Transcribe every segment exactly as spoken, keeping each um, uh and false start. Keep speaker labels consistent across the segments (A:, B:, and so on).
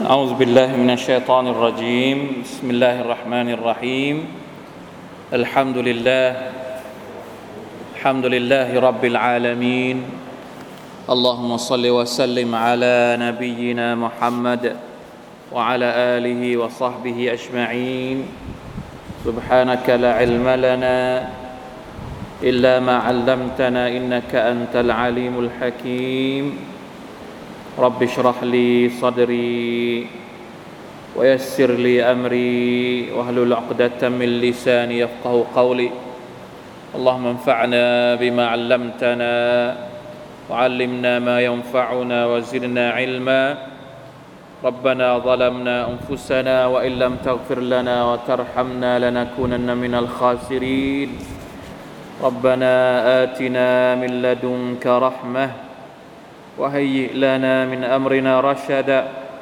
A: أعوذ بالله من الشيطان الرجيم بسم الله الرحمن الرحيم الحمد لله الحمد لله رب العالمين اللهم صل وسلم على نبينا محمد وعلى آله وصحبه أجمعين سبحانك لا علم لنا إلا ما علمتنا إنك أنت العليم الحكيم رب اشرح لي صدري ويسر لي أمري واحلل عقدة من لساني يفقهوا قولي اللهم انفعنا بما علمتنا وعلمنا ما ينفعنا وزدنا علما ربنا ظلمنا أنفسنا وإن لم تغفر لنا وترحمنا لنكونن من الخاسرين ربنا آتنا من لدنك رحمة وهيئ لنا من أمرنا رشدا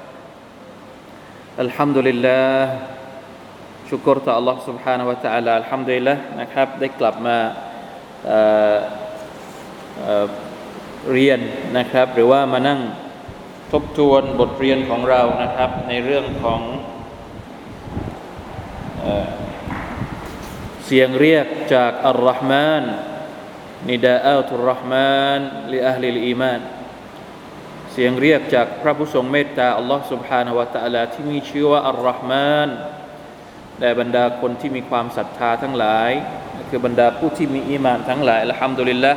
A: الحمد للهชุกรต่อ Allah سبحانه และ تعالى อัลฮัมดุลิลละห์นะครับได้กลับมาเอ่อเอ่อเรียนนะครับหรือว่ามานั่งทบทวนบทเรียนของเรานะครับในเรื่องของเอ่อเสียงเรียกจากอัลลอฮ์มานนิดาอัตุลรอห์มานลิอะฮลิลอีมานเสียงเรียกจากพระผู้ทรงเมตตาอัลลอฮ์ سبحانه และ تعالى ที่มีชื่อว่าอัลลอฮ์มานแด่บรรดาคนที่มีความศรัทธาทั้งหลายคือบรรดาผู้ที่มีอีหม่านทั้งหลายอัลฮัมดุลิลละห์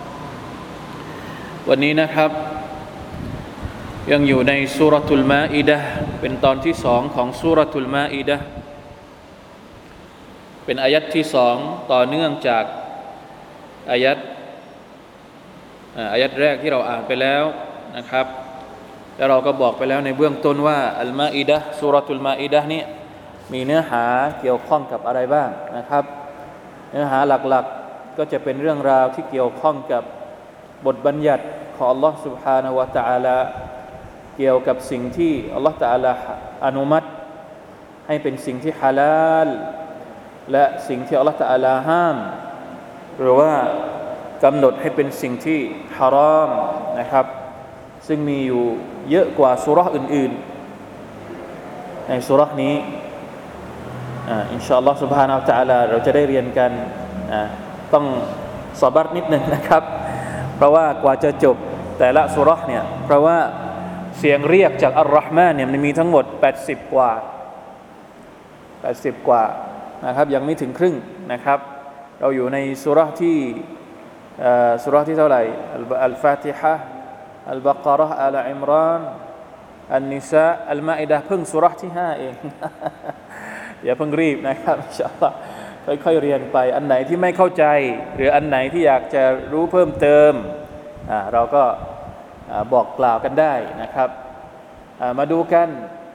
A: วันนี้นะครับยังอยู่ในซูเราะตุลมาอิดะห์เป็นตอนที่สองของซูเราะตุลมาอิดะห์เป็นอายัดที่สองต่อเนื่องจากอายัดอายัดแรกที่เราอ่านไปแล้วนะครับแล้วเราก็บอกไปแล้วในเบื้องต้นว่าอัลมาอิดะห์ซูเราะตุลมาอิดะห์นี้มีเนื้อหาเกี่ยวข้องกับอะไรบ้างนะครับเนื้อหาหลักๆก็จะเป็นเรื่องราวที่เกี่ยวข้องกับบทบัญญัติของ Allah سبحانه และ تعالى เกี่ยวกับสิ่งที่ Allah تعالى อนุมัติให้เป็นสิ่งที่ฮาลาลและสิ่งที่ Allah تعالى ห้ามหรือว่ากำหนดให้เป็นสิ่งที่ฮารอมนะครับซึ่งมีอยู่เยอะกว่าซูเราะห์อื่นๆในซูเราะห์นี้อ่าอินชาอัลลอฮ์ سبحانه และ تعالى เราจะได้เรียนกันอ่าต้องซอบัรนิดนึงนะครับเพราะว่ากว่าจะจบแต่ละซูเราะห์เนี่ยเพราะว่าเสียงเรียกจากอัลลอฮ์มานเนี่ยมันมีทั้งหมดแปดสิบกว่าแปดสิบกว่านะครับยังไม่ถึงครึ่งนะครับเราอยู่ในซูเราะห์ที่เอ่อซูเราะห์ที่เท่าไหร่อัลฟาติฮะห์อัลบะเกาะฮ์อาลอิมรานอันนิสาอัลมาอิดะห์เพิ่งซูเราะห์ที่ห้าเองอย่าเพิ่งรีบนะครับอินชาอัลลอฮ์ค่อยๆเรียนไปอันไหนที่ไม่เข้าใจหรืออันไหนที่อยากจะรู้เพิ่มเติมอ่าเราก็บอกกล่าวกันได้นะครับมาดูกัน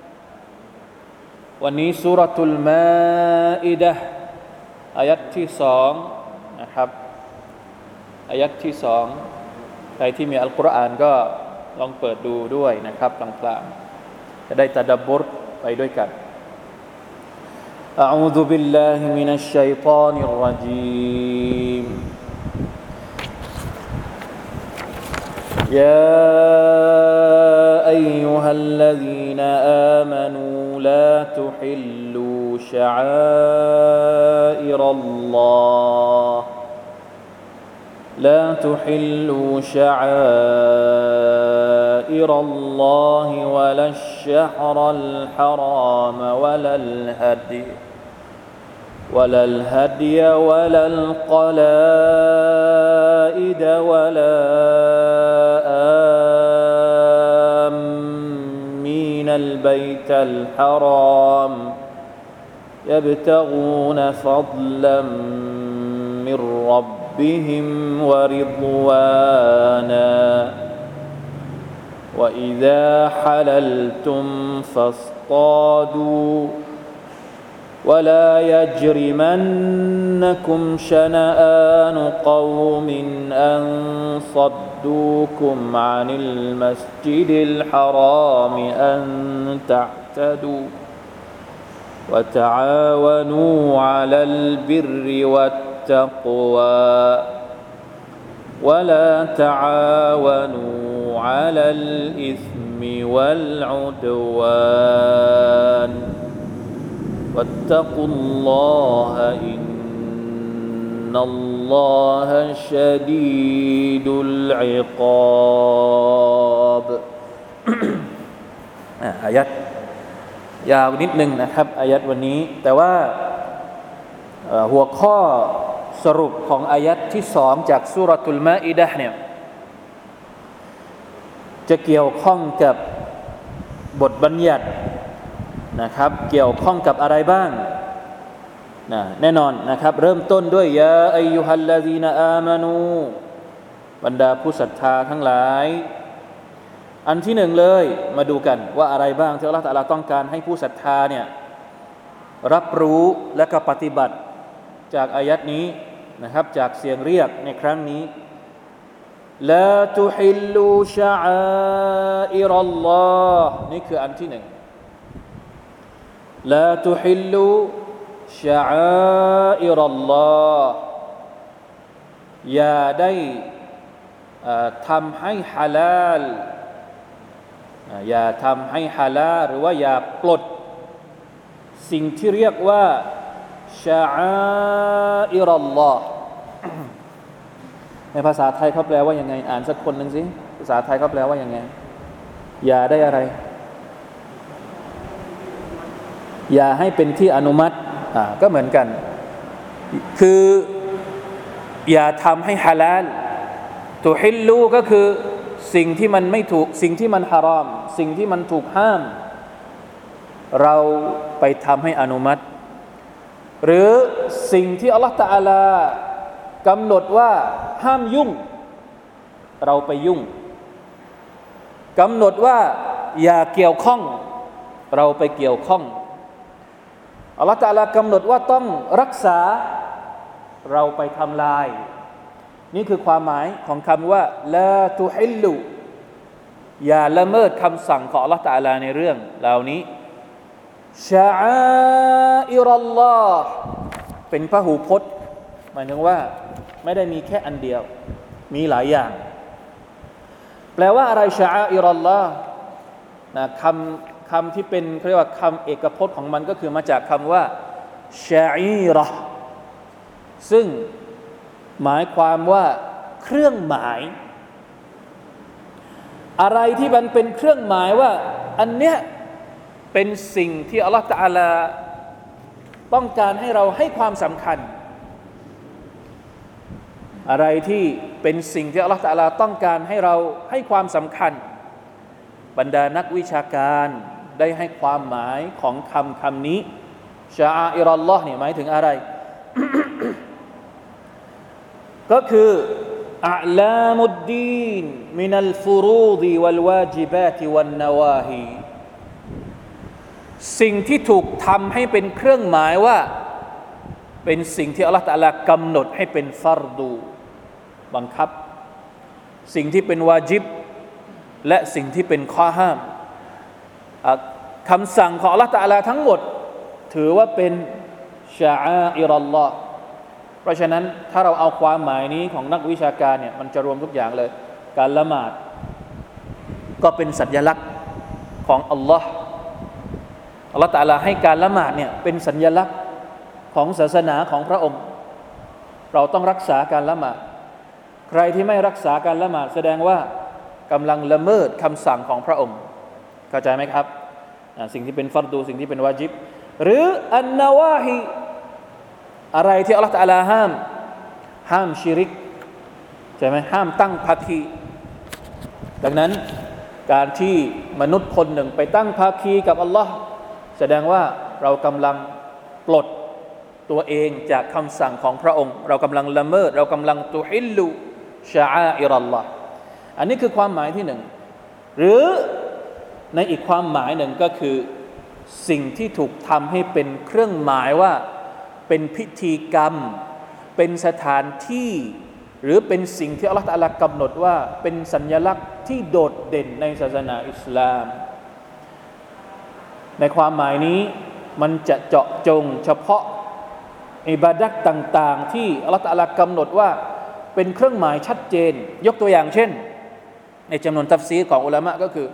A: วันนี้ซูเราะตุลมาอิดะห์อายัดที่สองนะครับอายัดที่สองใครที่มีอัลกุรอานก็ลองเปิดดูด้วยนะครับกลางๆจะได้ตะดับบุรไปด้วยกันأعوذ بالله من الشيطان الرجيم يا أيها الذين آمنوا لا تحلوا شعائر الله لا تحلوا شعائر الله ولا الشهر الحرام ولا الهدي ولا الهدي ولا القلائد ولا آمين البيت الحرام يبتغون فضلا من ربهم ورضوانا وإذا حللتم فاصطادوا ولا يجرمنكم شنآن قوم أن صدوكم عن المسجد الحرام أن تعتدوا وتعاونوا على البر والتقوى ولا تعاونوا على الإثم والعدوان واتقوا الله إن الله شديد العقاب อายัดยาวนิดนึงนะครับอายัดวันนี้แต่ว่าหัวข้อสรุปของอายัดที่สองจากซูเราะตุลมาอิดะห์เนี่ยจะเกี่ยวข้องกับบทบัญญัตินะครับเกี่ยวข้องกับอะไรบ้างนะแน่นอนนะครับเริ่มต้นด้วยยาอัยยูฮัลลาซีนาอามานูบรรดาผู้ศรัทธาทั้งหลายอันที่หนึ่งเลยมาดูกันว่าอะไรบ้างที่อัลเลาะห์ตะอาลาต้องการให้ผู้ศรัทธาเนี่ยรับรู้และก็ปฏิบัติจากอายัดนี้นะครับจากเสียงเรียกในครั้งนี้ลาตุฮิลลูชะอาอิรัลลอฮ์นี่คืออันที่หนึ่งลาตุฮิลลูชะอาอิรัลลอฮ์อย่าได้ทำให้ฮาลาลอย่าทำให้ฮาลาลหรือว่าอย่าปลดสิ่งที่เรียกว่าชะอาอิรัลลอฮ์ในภาษาไทยเขาแปลว่ายังไงอ่านสักคนหนึ่งสิภาษาไทยเขาแปลว่ายังไงอย่าได้อะไรอย่าให้เป็นที่อนุมัติอ่าก็เหมือนกันคืออย่าทำให้ฮาลาลตุฮิลลูก็คือสิ่งที่มันไม่ถูกสิ่งที่มันฮารอมสิ่งที่มันถูกห้ามเราไปทำให้อนุมัติหรือสิ่งที่อัลลอฮฺตะอาลากำหนดว่าห้ามยุ่งเราไปยุ่งกำหนดว่าอย่าเกี่ยวข้องเราไปเกี่ยวข้องอัลลอฮฺตะอาลากำหนดว่าต้องรักษาเราไปทำลายนี่คือความหมายของคำว่าลาตุฮิลลูอย่าละเมิดคำสั่งของอัลลอฮฺตะอาลาในเรื่องเหล่านี้ชะอาอิรัลลอฮ์เป็นพหูพจน์หมายถึงว่าไม่ได้มีแค่อันเดียวมีหลายอย่างแปลว่าอะไรชะอาอิรัลลอฮ์นะคำคำที่เป็นเรียกว่าคำเอกพจน์ของมันก็คือมาจากคำว่าชะอีเราะห์ซึ่งหมายความว่าเครื่องหมายอะไรที่มันเป็นเครื่องหมายว่าอันเนี้ยเป็นสิ่งที่อัลลอฮฺตะอาลาต้องการให้เราให้ความสำคัญอะไรที่เป็นสิ่งที่อัลลอฮฺตะอาลาต้องการให้เราให้ความสำคัญบรรดานักวิชาการได้ให้ความหมายของคำคำนี้ชะอาอิรัลลอฮ์เนี่ยหมายถึงอะไร ก็คืออัลามุดดีนมินัลฟุรูฎิวัลวาญิบาติวันนาวาฮีสิ่งที่ถูกทำให้เป็นเครื่องหมายว่าเป็นสิ่งที่อัลลอฮฺตะอาลากำหนดให้เป็นฟัรดูบังคับสิ่งที่เป็นวาญิบและสิ่งที่เป็นข้อห้ามคำสั่งของอัลลอฮฺตะอาลาทั้งหมดถือว่าเป็นชะอาอิรัลลอฮ์เพราะฉะนั้นถ้าเราเอาความหมายนี้ของนักวิชาการเนี่ยมันจะรวมทุกอย่างเลยการละหมาดก็เป็นสัญลักษณ์ของอัลลอฮ์อัลลอฮฺตะอาลาให้การละหมาดเนี่ยเป็นสัญลักษณ์ของศาสนาของพระองค์เราต้องรักษาการละหมาดใครที่ไม่รักษาการละหมาดแสดงว่ากำลังละเมิดคำสั่งของพระองค์เข้าใจไหมครับสิ่งที่เป็นฟัรดูสิ่งที่เป็นวาญิบหรืออันนาวาฮีอะไรที่อัลลอฮฺตะอาลาห้ามห้ามชิริกใช่ไหมห้ามตั้งภาคีดังนั้นการที่มนุษย์คนหนึ่งไปตั้งภาคีกับอัลลอฮ์แสดงว่าเรากำลังปลดตัวเองจากคำสั่งของพระองค์เรากำลังละเมิดเรากำลังตุฮิลลูชะอาอิรัลลอฮ์อันนี้คือความหมายที่หนึ่งหรือในอีกความหมายหนึ่งก็คือสิ่งที่ถูกทำให้เป็นเครื่องหมายว่าเป็นพิธีกรรมเป็นสถานที่หรือเป็นสิ่งที่อัลลอฮฺตะอาลากำหนดว่าเป็นสัญลักษณ์ที่โดดเด่นในศาสนาอิสลามในความหมายนี้มันจะเจาะจงเฉพาะอิบาดะห์ต่างๆที่อัลลอฮฺตะอาลากำหนดว่าเป็นเครื่องหมายชัดเจนยกตัวอย่างเช่นในจำนวนตัฟซีรของอุลามะก็คือ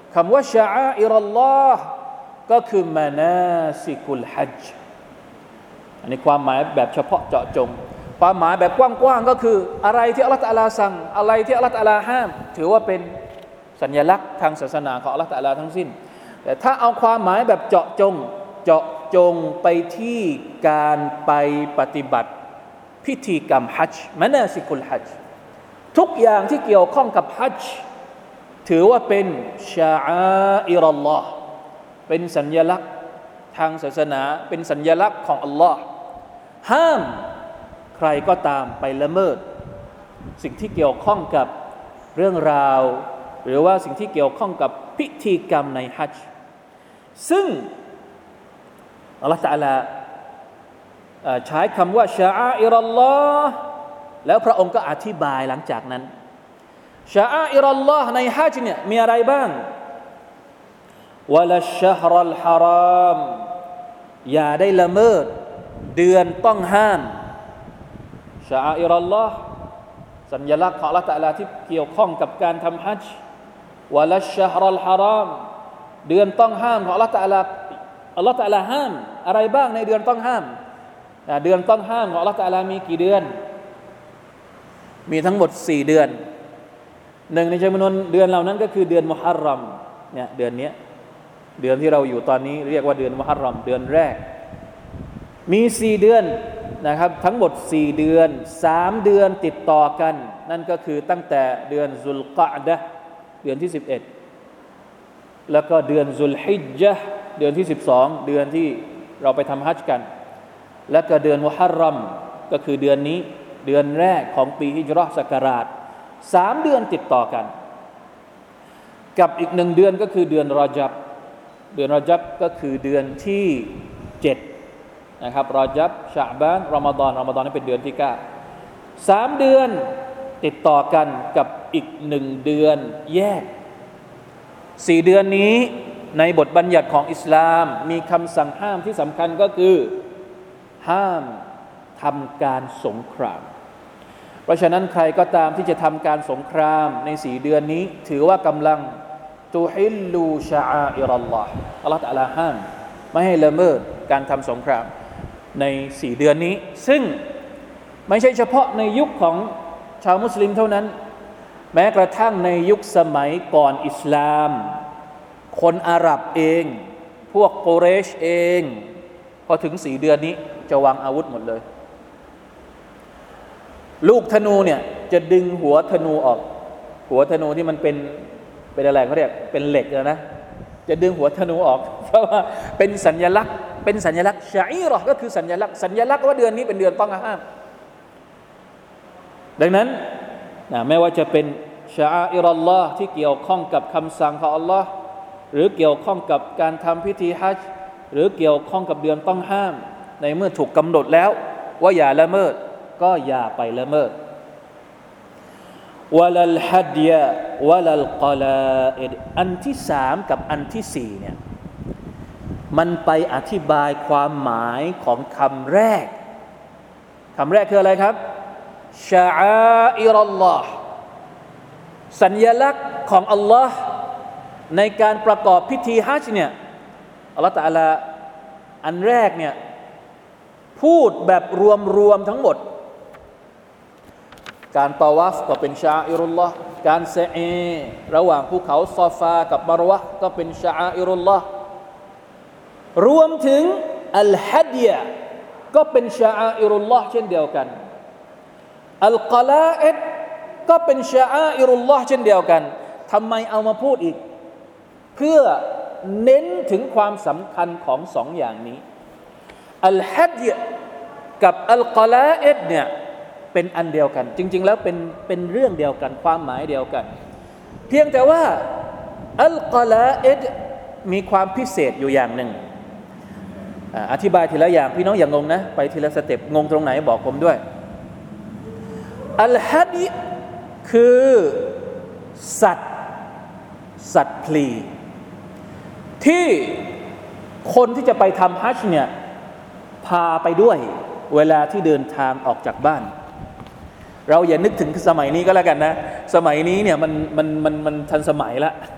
A: คำว่าชะอาอิรัลลอฮ์ก็คือมานาซิกุลฮัจญ์อันนี้ความหมายแบบเฉพาะเจาะจงความหมายแบบกว้างๆก็คืออะไรที่อัลเลาะห์ตะอาลาสั่งอะไรที่อัลเลาะห์ตะอาลาห้ามถือว่าเป็นสัญลักษณ์ทางศาสนาของอัลเลาะห์ตะอาลาทั้งสิ้นแต่ถ้าเอาความหมายแบบเจาะจงเจาะจงไปที่การไปปฏิบัติพิธีกรรมฮัจญ์มานาซิกุลฮัจญ์ทุกอย่างที่เกี่ยวข้องกับฮัจญ์ถือว่าเป็นชะอาอิรัลลอฮ์เป็นสัญลักษณ์ทางศาสนาเป็นสัญลักษณ์ของอัลลอฮ์ห้ามใครก็ตามไปละเมิดสิ่งที่เกี่ยวข้องกับเรื่องราวหรือว่าสิ่งที่เกี่ยวข้องกับพิธีกรรมในฮัจญ์ซึ่งอัลลอฮฺตะอาลาใช้คำว่าชะอาอิรัลลอฮ์แล้วพระองค์ก็อธิบายหลังจากนั้นชะอาอิรัลลอฮ์ในฮัจญ์เนี่ยมีอะไรบ้างวะลัชชะฮรัลฮาราม อย่าได้ละเมิดเดือนต้องห้ามชะอาอิรัลลอฮ์สัญลักษณ์ของอัลเลาะห์ตะอาลาที่เกี่ยวข้องกับการทำฮัจญ์วะลัชชะฮรัลฮารามเดือนต้องห้ามของอัลเลาะห์ตะอาลาอัลเลาะห์ตะอาลาห้ามอะไรบ้างในเดือนต้องห้ามเดือนต้องห้ามของอัลเลาะห์ตะอาลามีกี่เดือนมีทั้งหมดสี่เดือนหนึ่งในจำนวนเดือนเหล่านั้นก็คือเดือนมุฮัรรอมเนี่ยเดือนนี้เดือนที่เราอยู่ตอนนี้เรียกว่าเดือนมุฮัรรอมเดือนแรกมีสี่เดือนนะครับทั้งหมดสี่เดือนสามเดือนติดต่อกันนั่นก็คือตั้งแต่เดือนซุลกะอ์ดะห์เดือนที่สิบเอ็ดแล้วก็เดือนซุลฮิจญะห์เดือนที่สิบสองเดือนที่เราไปทำฮัจญ์กันแล้วก็เดือนมุฮัรรอมก็คือเดือนนี้เดือนแรกของปีฮิจเราะห์ศักราชสามเดือนติดต่อกันกับอีกหนึ่งเดือนก็คือเดือนรอญับเดือนรอญับก็คือเดือนที่เจ็ดนะครับรอญับชะอ์บานรอมฎอนรอมฎอนนี่เป็นเดือนที่เก้าสามเดือนติดต่อกันกับอีกหนึ่งเดือนแยกสี่เดือนนี้ในบทบัญญัติของอิสลามมีคำสั่งห้ามที่สำคัญก็คือห้ามทำการสงครามเพราะฉะนั้นใครก็ตามที่จะทำการสงครามในสี่เดือนนี้ถือว่ากำลังตุฮิลลูชะอาอิรัลลอฮ์อัลเลาะห์ตะอาลาห้ามไม่ให้ละเมิดการทำสงครามในสี่เดือนนี้ซึ่งไม่ใช่เฉพาะในยุคของชาวมุสลิมเท่านั้นแม้กระทั่งในยุคสมัยก่อนอิสลามคนอาหรับเองพวกกุเรชเองพอถึงสี่เดือนนี้จะวางอาวุธหมดเลยลูกธนูเนี่ยจะดึงหัวธนูออกหัวธนูที่มันเป็นเป็นอะไรเขาเรียกเป็นเหล็กนะจะดึงหัวธนูออกเพราะว่าเป็นสัญลักษณ์เป็นสัญลักษณ์ชะอีเราะห์ก็คือสัญลักษณ์สัญลักษณ์ว่าเดือนนี้เป็นเดือนต้องห้ามดังนั้นนะไม่ว่าจะเป็นชะอาอิรัลลอฮ์ที่เกี่ยวข้องกับคำสั่งของอัลลอฮ์หรือเกี่ยวข้องกับการทำพิธีฮัจญ์หรือเกี่ยวข้องกับเดือนต้องห้ามในเมื่อถูกกำหนดแล้วว่าอย่าละเมิดก็อย่าไปละเมิดวะลัลฮัดยะวะลัลกอลาอิดอันที่สามกับอันที่สี่เนี่ยมันไปอธิบายความหมายของคำแรกคำแรกคืออะไรครับชะอาอิรัลลอฮ์สัญลักษณ์ของอัลลอฮ์ในการประกอบพิธีฮัจญ์เนี่ยอัลลอฮ์ตะอาลาอันแรกเนี่ยพูดแบบรวมๆทั้งหมดการตะวาฟก็เป็นชะอาอิรุลลอฮ์การซะอีระหว่างภูเขาซอฟากับมารวะห์ก็เป็นชะอาอิรุลลอฮ์รวมถึงอัลฮัดยะก็เป็นชะอาอิรุลลอฮ์เช่นเดียวกันอัลกอลาอิดก็เป็นชะอาอิรุลลอฮ์เช่นเดียวกันทำไมเอามาพูดอีกเพื่อเน้นถึงความสำคัญของสองอย่างนี้อัลฮัดยะกับอัลกอลาอิดเนี่ยเป็นอันเดียวกันจริงๆแล้วเป็นเป็นเรื่องเดียวกันความหมายเดียวกันเพียงแต่ว่าอัลกอลาอิดมีความพิเศษอยู่อย่างหนึ่งอธิบายทีละอย่างพี่น้องอย่างงงนะไปทีละสเต็ปงงตรงไหนบอกผมด้วยอัลฮัดยคือสัตว์สัตว์พลีที่คนที่จะไปทำฮัจญ์เนี่ยพาไปด้วยเวลาที่เดินทางออกจากบ้านเราอย่านึกถึงสมัยนี้ก็แล้วกันนะสมัยนี้เนี่ยมันมันมันมันทันสมัยละ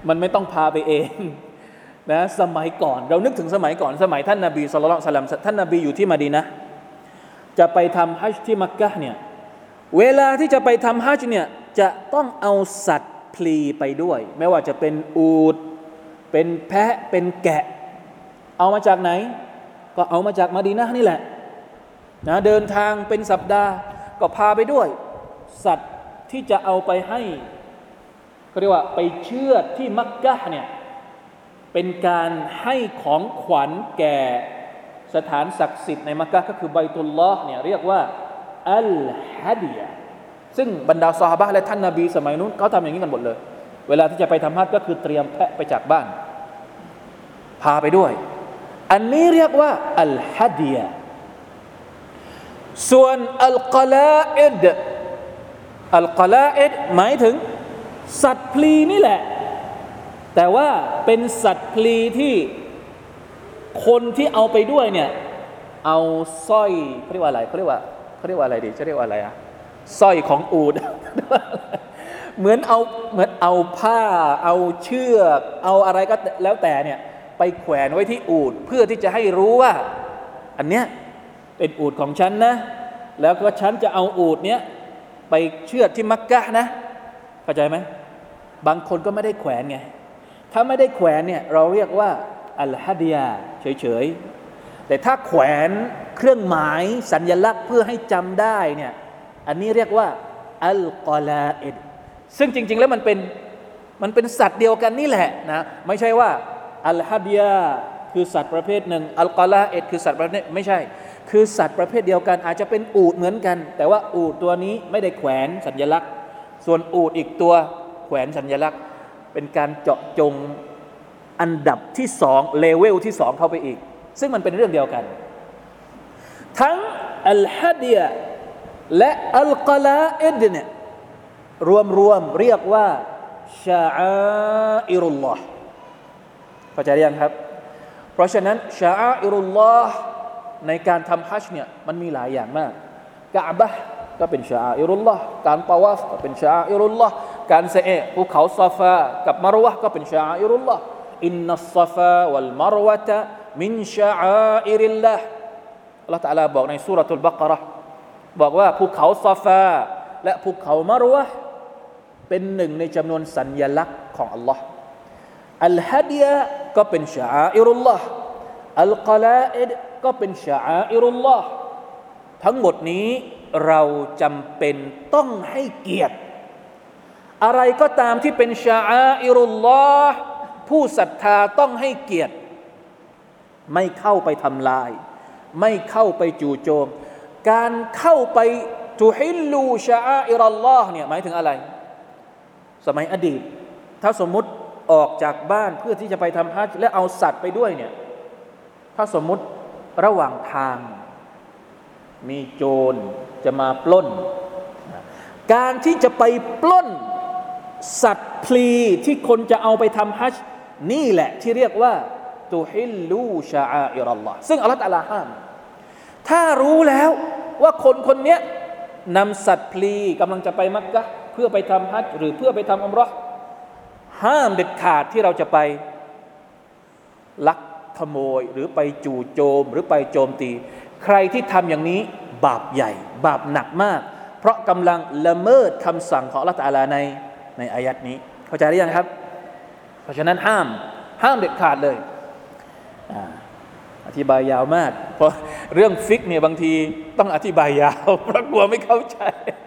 A: มันไม่ต้องพาไปเองนะสมัยก่อนเรานึกถึงสมัยก่อนสมัยท่านนบีศ็อลลัลลอฮุอะลัยฮิวะซัลลัมท่านนบีอยู่ที่มะดีนะห์จะไปทำฮัจญ์ที่มักกะฮ์เนี่ยเวลาที่จะไปทำฮัจญ์เนี่ยจะต้องเอาสัตว์พลีไปด้วยไม่ว่าจะเป็นอูฐเป็นแพะเป็นแกะเอามาจากไหนก็เอามาจากมะดีนะห์นี่แหละนะเดินทางเป็นสัปดาห์ก็พาไปด้วยสัตว์ที่จะเอาไปให้เขาเรียกว่าไปเชือดที่มักกะฮ์เนี่ยเป็นการให้ของขวัญแก่สถานศักดิ์สิทธิ์ในมักกะฮ์ก็คือบัยตุลลอฮ์เนี่ยเรียกว่าอัลฮัดียะห์ซึ่งบรรดาซอฮาบะห์และท่านนบีสมัยนู้นเขาทำอย่างนี้กันหมดเลยเวลาที่จะไปทำฮัจญ์ก็คือเตรียมแพะไปจากบ้านพาไปด้วยอันนี้เรียกว่าอัลฮัดียะห์ส่วนอัลกะลาอิดอัลกะลาอิดหมายถึงสัตว์พลีนี่แหละแต่ว่าเป็นสัตว์พลีที่คนที่เอาไปด้วยเนี่ยเอาสร้อยเขาเรียกว่าอะไรเขาเรียกว่าเขาเรียกว่าอะไรดีจะเรียกว่าอะไรอะสร้อยของอูฐ เหมือนเอาเหมือนเอาผ้าเอาเชือกเอาอะไรก็แล้วแต่เนี่ยไปแขวนไว้ที่อูฐเพื่อที่จะให้รู้ว่าอันเนี้ยเป็นอูฐของฉันนะแล้วก็ฉันจะเอาอูฐเนี้ยไปเชือดที่มักกะฮ์นะเข้าใจไหมบางคนก็ไม่ได้แขวนไงถ้าไม่ได้แขวนเนี่ยเราเรียกว่าอัลฮัดียะห์เฉยๆแต่ถ้าแขวนเครื่องหมายสัญลักษณ์เพื่อให้จำได้เนี่ยอันนี้เรียกว่าอัลกอลาอิดซึ่งจริงๆแล้วมันเป็นมันเป็นสัตว์เดียวกันนี่แหละนะไม่ใช่ว่าอัลฮัดียะห์คือสัตว์ประเภทหนึ่งอัลกอลาอิดคือสัตว์ประเภทไม่ใช่คือสัตว์ประเภทเดียวกันอาจจะเป็นอูฐเหมือนกันแต่ว่าอูฐตัวนี้ไม่ได้แขวนสัญลักษณ์ส่วนอูฐอีกตัวแขวนสัญลักษณ์เป็นการเจาะจงอันดับที่สองเลเวลที่สองเข้าไปอีกซึ่งมันเป็นเรื่องเดียวกันทั้งอัลฮัดียะห์และอัลกอลาอิดเนี่ยรวมๆเรียกว่าชาอาอิรุลลอฮ์เข้าใจหรือยังครับเพราะฉะนั้นชาอาอิรุลลอฮ์ในการทำฮัจญ์เนี่ยมันมีหลายอย่างมากกะอ์บะห์ก็เป็นชาอาอิรุลลอฮ์การตะวาฟก็เป็นชาอาอิรุลลอฮ์การซะอีภูเขาซอฟากับมารวะห์ก็เป็นชาอาอิรุลลอฮ์อินนัสซอฟาวัลมารวะตะมินชาอาอิริลลาห์อัลเลาะห์ตะอาลาบอกในซูเราะตุลบะเกาะเราะห์บอกว่าภูเขาซอฟาและภูเขามารวะห์เป็นหนึ่งในจำนวนสัญลักษณ์ของอัลลอฮ์อัลฮัดียะห์ก็เป็นชาอาอิรุลลอฮ์อัลกอลาอิดก็เป็นชาอาอิรุลลอฮ์ทั้งหมดนี้เราจำเป็นต้องให้เกียรติอะไรก็ตามที่เป็นชาอาอิรุลลอฮ์ผู้ศรัทธาต้องให้เกียรติไม่เข้าไปทำลายไม่เข้าไปจู่โจมการเข้าไปตุฮิลลูชาอาอิรัลลอฮ์เนี่ยหมายถึงอะไรสมัยอดีตถ้าสมมุติออกจากบ้านเพื่อที่จะไปทำฮัจญ์และเอาสัตว์ไปด้วยเนี่ยถ้าสมมุติระหว่างทางมีโจรจะมาปล้นการที่จะไปปล้นสัตว์พลีที่คนจะเอาไปทำฮัจญ์นี่แหละที่เรียกว่าตุฮิลลูชาอาอิรัลลอฮ์ซึ่งอัลเลาะห์ตะอาลาห้ามถ้ารู้แล้วว่าคนคนนี้นำสัตว์พลีกำลังจะไปมักกะฮ์เพื่อไปทำฮัจญ์หรือเพื่อไปทำอุมเราะห์ห้ามเด็ดขาดที่เราจะไปลักขโมยหรือไปจู่โจมหรือไปโจมตีใครที่ทำอย่างนี้บาปใหญ่บาปหนักมากเพราะกำลังละเมิดคำสั่งของอัลเลาะห์ตะอาลาในในอายัดนี้เข้าใจหรือยังครับเพราะฉะนั้นห้ามห้ามเด็ดขาดเลยอ่าอธิบายยาวมากเพราะเรื่องฟิกเนี่ยบางทีต้องอธิบายยาวเพราะกลัวไม่เข้าใจ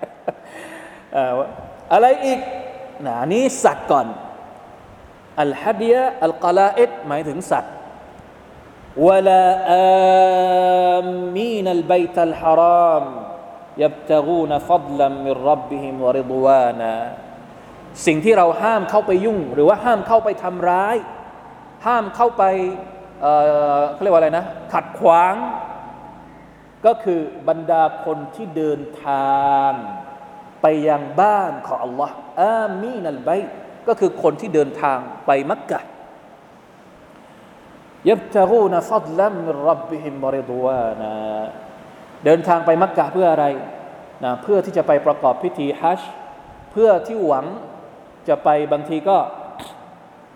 A: อะไรอีกนะนี้สัตว์ก่อนอัลฮัดียะห์อัลกอลาอิดหมายถึงสัตว์วะลาอามีนัลบัยตัลฮารอมยับตะกูนฟัฎลัมมินร็อบบิฮิมวะริฎวานะสิ่งที่เราห้ามเข้าไปยุ่งหรือว่าห้ามเข้าไปทำร้ายห้ามเข้าไปเอ่อเขาเรียกว่าอะไรนะขัดขวางก็คือบรรดาคนที่เดินทางไปยังบ้านของอัลลอฮ์อามีนัลบัยต์ก็คือคนที่เดินทางไปมักกะฮ์ยับตะกูนฟัฎลัมมินร็อบบิฮิมวะริฎวานะเดินทางไปมักกะฮ์เพื่ออะไรนะเพื่อที่จะไปประกอบพิธีฮัจญ์เพื่อที่หวังจะไปบางทีก็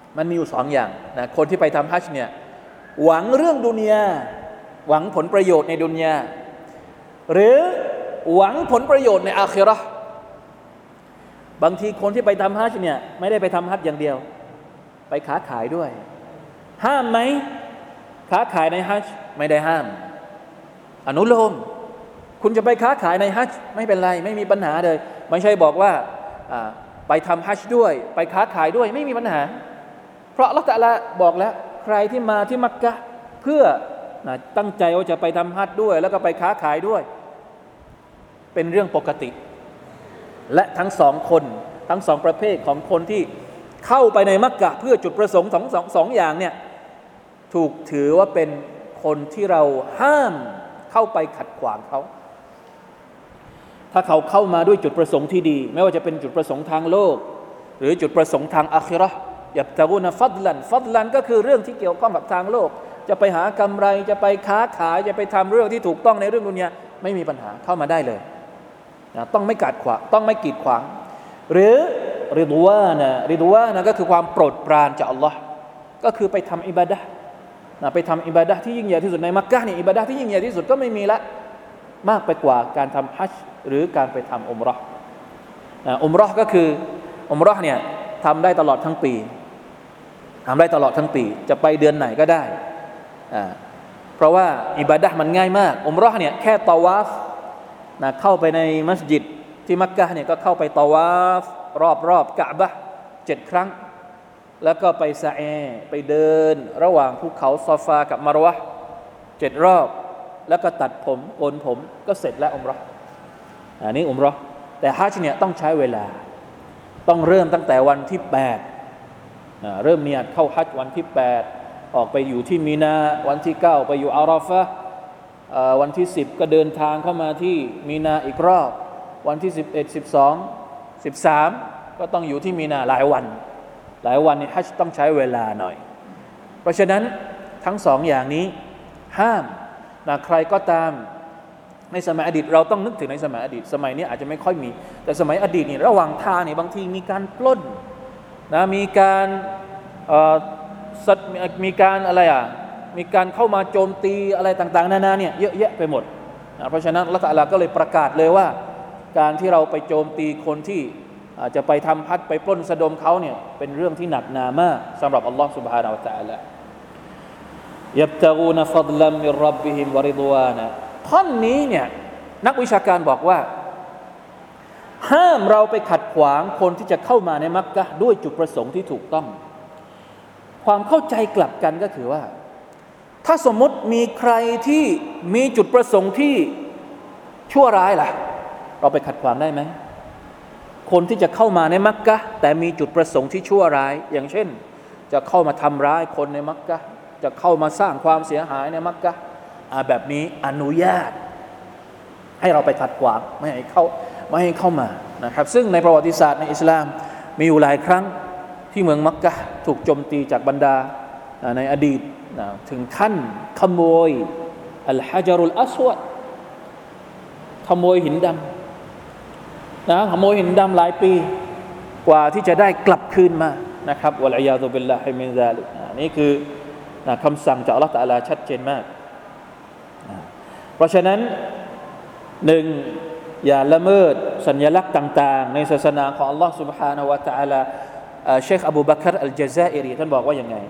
A: มันมีอยู่สองอย่างนะคนที่ไปทำฮัจญ์เนี่ยหวังเรื่องดุนยาหวังผลประโยชน์ในดุนยาหรือหวังผลประโยชน์ในอาคิเราะห์บางทีคนที่ไปทำฮัจญ์เนี่ยไม่ได้ไปทำฮัจญ์อย่างเดียวไปค้าขายด้วยห้ามไหมค้าขายในฮัจญ์ไม่ได้ห้ามอนุโลมคุณจะไปค้าขายในฮัจญ์ไม่เป็นไรไม่มีปัญหาเลยไม่ใช่บอกว่าไปทำฮัจญ์ด้วยไปค้าขายด้วยไม่มีปัญหาเพราะอัลเลาะห์ตะอาลาบอกแล้วใครที่มาที่มักกะฮ์เพื่อนะตั้งใจว่าจะไปทำฮัจญ์ด้วยแล้วก็ไปค้าขายด้วยเป็นเรื่องปกติและทั้งสองคนทั้งสองประเภทของคนที่เข้าไปในมักกะฮ์เพื่อจุดประสงค์สองสองสองอย่างเนี่ยถูกถือว่าเป็นคนที่เราห้ามเข้าไปขัดขวางเขาถ้าเขาเข้ามาด้วยจุดประสงค์ที่ดีไม่ว่าจะเป็นจุดประสงค์ทางโลกหรือจุดประสงค์ทางอาคิเราะห์ยับตะกูนะฟัดลันฟัดลันก็คือเรื่องที่เกี่ยวข้องกับทางโลกจะไปหากำไรจะไปค้าขายจะไปทำเรื่องที่ถูกต้องในเรื่องดุนยาไม่มีปัญหาเข้ามาได้เลยนะต้องไม่กัดขวางต้องไม่กีดขวางหรือริดวานะริดวานะก็คือความโปรดปรานจากอัลลอฮ์ก็คือไปทำอิบาดะห์นะไปทำอิบาดะห์ที่ยิ่งใหญ่ที่สุดในมักกะฮ์นี่อิบาดะห์ที่ยิ่งใหญ่ที่สุดก็ไม่มีละมากไปกว่าการทำฮัจญ์หรือการไปทำอุมเราะห์นะอุมเราะห์ก็คืออุมเราะห์เนี่ยทำได้ตลอดทั้งปีทำได้ตลอดทั้งปีจะไปเดือนไหนก็ได้อ่าเพราะว่าอิบาดะห์มันง่ายมากอุมเราะห์เนี่ยแค่ตะวาฟนะเข้าไปในมัสยิดที่มักกะฮ์เนี่ยก็เข้าไปตะวาฟรอบๆกะบะฮ์เจ็ดครั้งแล้วก็ไปซะอ์ไปเดินระหว่างภูเขาซอฟากับมารวะห์เจ็ดรอบแล้วก็ตัดผมโกนผมก็เสร็จแล้วอุมเราะห์อันนี้อุมเราะห์แต่ฮัจญ์เนี่ยต้องใช้เวลาต้องเริ่มตั้งแต่วันที่แปดนะเริ่มเนียดเข้าฮัจญ์วันที่แปดออกไปอยู่ที่มีนาวันที่เก้าไปอยู่อาราฟะห์วันที่สิบก็เดินทางเข้ามาที่มีนาอีกรอบวันที่สิบเอ็ด สิบสอง สิบสามก็ต้องอยู่ที่มีนาหลายวันหลายวันนี่ฮัจญ์ต้องใช้เวลาหน่อยเพราะฉะนั้นทั้งสองอย่างนี้ห้ามนะใครก็ตามในสมัยอดีตเราต้องนึกถึงในสมัยอดีตสมัยนี้อาจจะไม่ค่อยมีแต่สมัยอดีตนี่ระหว่างทางนี่บางทีมีการปล้นนะมีการเอ่อมีการอะไรอ่ะมีการเข้ามาโจมตีอะไรต่างๆนานาเนี่ยเยอะแยะไปหมดนะเพราะฉะนั้นอัลเลาะห์ตะอาลาก็เลยประกาศเลยว่าการที่เราไปโจมตีคนที่อาจจะไปทำฮัจญ์ไปปล้นสะดมเขาเนี่ยเป็นเรื่องที่หนักหนามากสำหรับอัลลอฮ์ سبحانه และ تعالى ยับตะกูนฟัฎลัมมิรร็อบบิฮิมวะริฎวานะท่อนนี้เนี่ยนักวิชาการบอกว่าห้ามเราไปขัดขวางคนที่จะเข้ามาในมักกะฮ์ด้วยจุดประสงค์ที่ถูกต้องความเข้าใจกลับกันก็คือว่าถ้าสมมติมีใครที่มีจุดประสงค์ที่ชั่วร้ายล่ะเราไปขัดขวางได้ไหมคนที่จะเข้ามาในมักกะฮ์แต่มีจุดประสงค์ที่ชั่วร้ายอย่างเช่นจะเข้ามาทำร้ายคนในมักกะฮ์จะเข้ามาสร้างความเสียหายในมักกะฮ์แบบนี้อนุญาตให้เราไปขัดขวางไม่ให้เข้าไม่ให้เข้ามานะครับซึ่งในประวัติศาสตร์ในอิสลามมีอยู่หลายครั้งที่เมืองมักกะฮ์ถูกโจมตีจากบรรดาในอดีตถึงขั้นขโมยอัลฮะญะรุลอัสวดขโมยหินดำนะขโมยหินดำหลายปีกว่าที่จะได้กลับคืนมานะครับวะลัยยาซุบิลลาฮิมินซาลิกนี่คือคำสั่งจากอัลเลาะห์ตะอาลาชัดเจนมากเพราะฉะนั้นหนึ่งอย่าละเมิดสัญลักษณ์ต่างๆในศาสนาของอัลลอฮ์ سبحانه และ تعالى เชคอบูบักรอัลญะซาอิรีท่านบอกว่าอย่างไง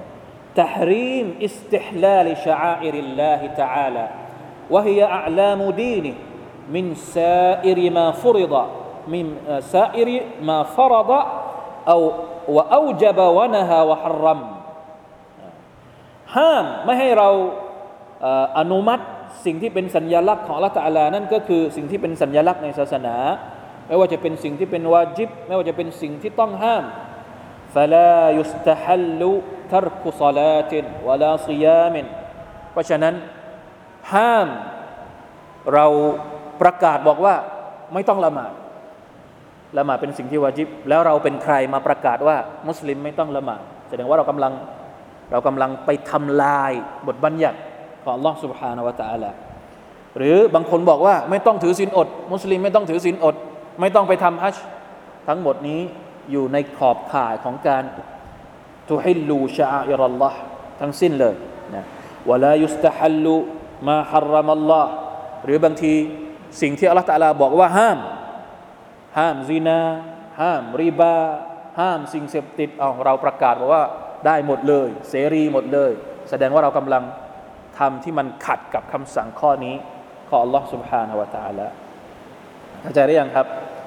A: تحريم استحلال شعائر الله تعالى وهي أعلام دينه من سائر ما فرض من سائر ما فرض أو وأوجب ونهى وحرم ห้ามไม่ให้เราอนุมัติสิ่งที่เป็นสัญลักษณ์ของอัลเลาะห์ตะอาลานั่นก็คือสิ่งที่เป็นสัญลักษณ์ในศาสนาไม่ว่าจะเป็นสิ่งที่เป็นวาญิบไม่ว่าจะเป็นสิ่งที่ต้องห้ามฟะลายุสตะฮัลลุตัรกุศลาตินวะลาซิยามินเพราะฉะนั้นห้ามเราประกาศบอกว่าไม่ต้องละหมาดละหมาดเป็นสิ่งที่วาญิบแล้วเราเป็นใครมาประกาศว่ามุสลิมไม่ต้องละหมาดแสดงว่าเรากำลังเรากำลังไปทำลายบทบัญญัติของ Allah سبحانه และ تعالى หรือบางคนบอกว่าไม่ต้องถือศีลอดมุสลิมไม่ต้องถือศีลอดไม่ต้องไปทำฮัจญ์ทั้งหมดนี้อยู่ในขอบข่ายของการตุฮิลลูชะอาอิรัลลอฮ์ทั้งสิ้นเลยนะวะลายุสตะฮัลลุมาฮารรัมัลลอฮ์หรือบางทีสิ่งที่อัลเลาะห์ตะอาลาบอกว่าห้ามห้ามซินาห้ามริบาห้ามสิ่งเสพติดเอาเราประกาศบอกว่าได้หมดเลยเสรีหมดเลยแสดงว่าเรากำลังทำที่มันขัดกับคำสั่งข้อนี้ของอัลลอฮ์ سبحانه และ تعالى เข้าใจหรือยังครับ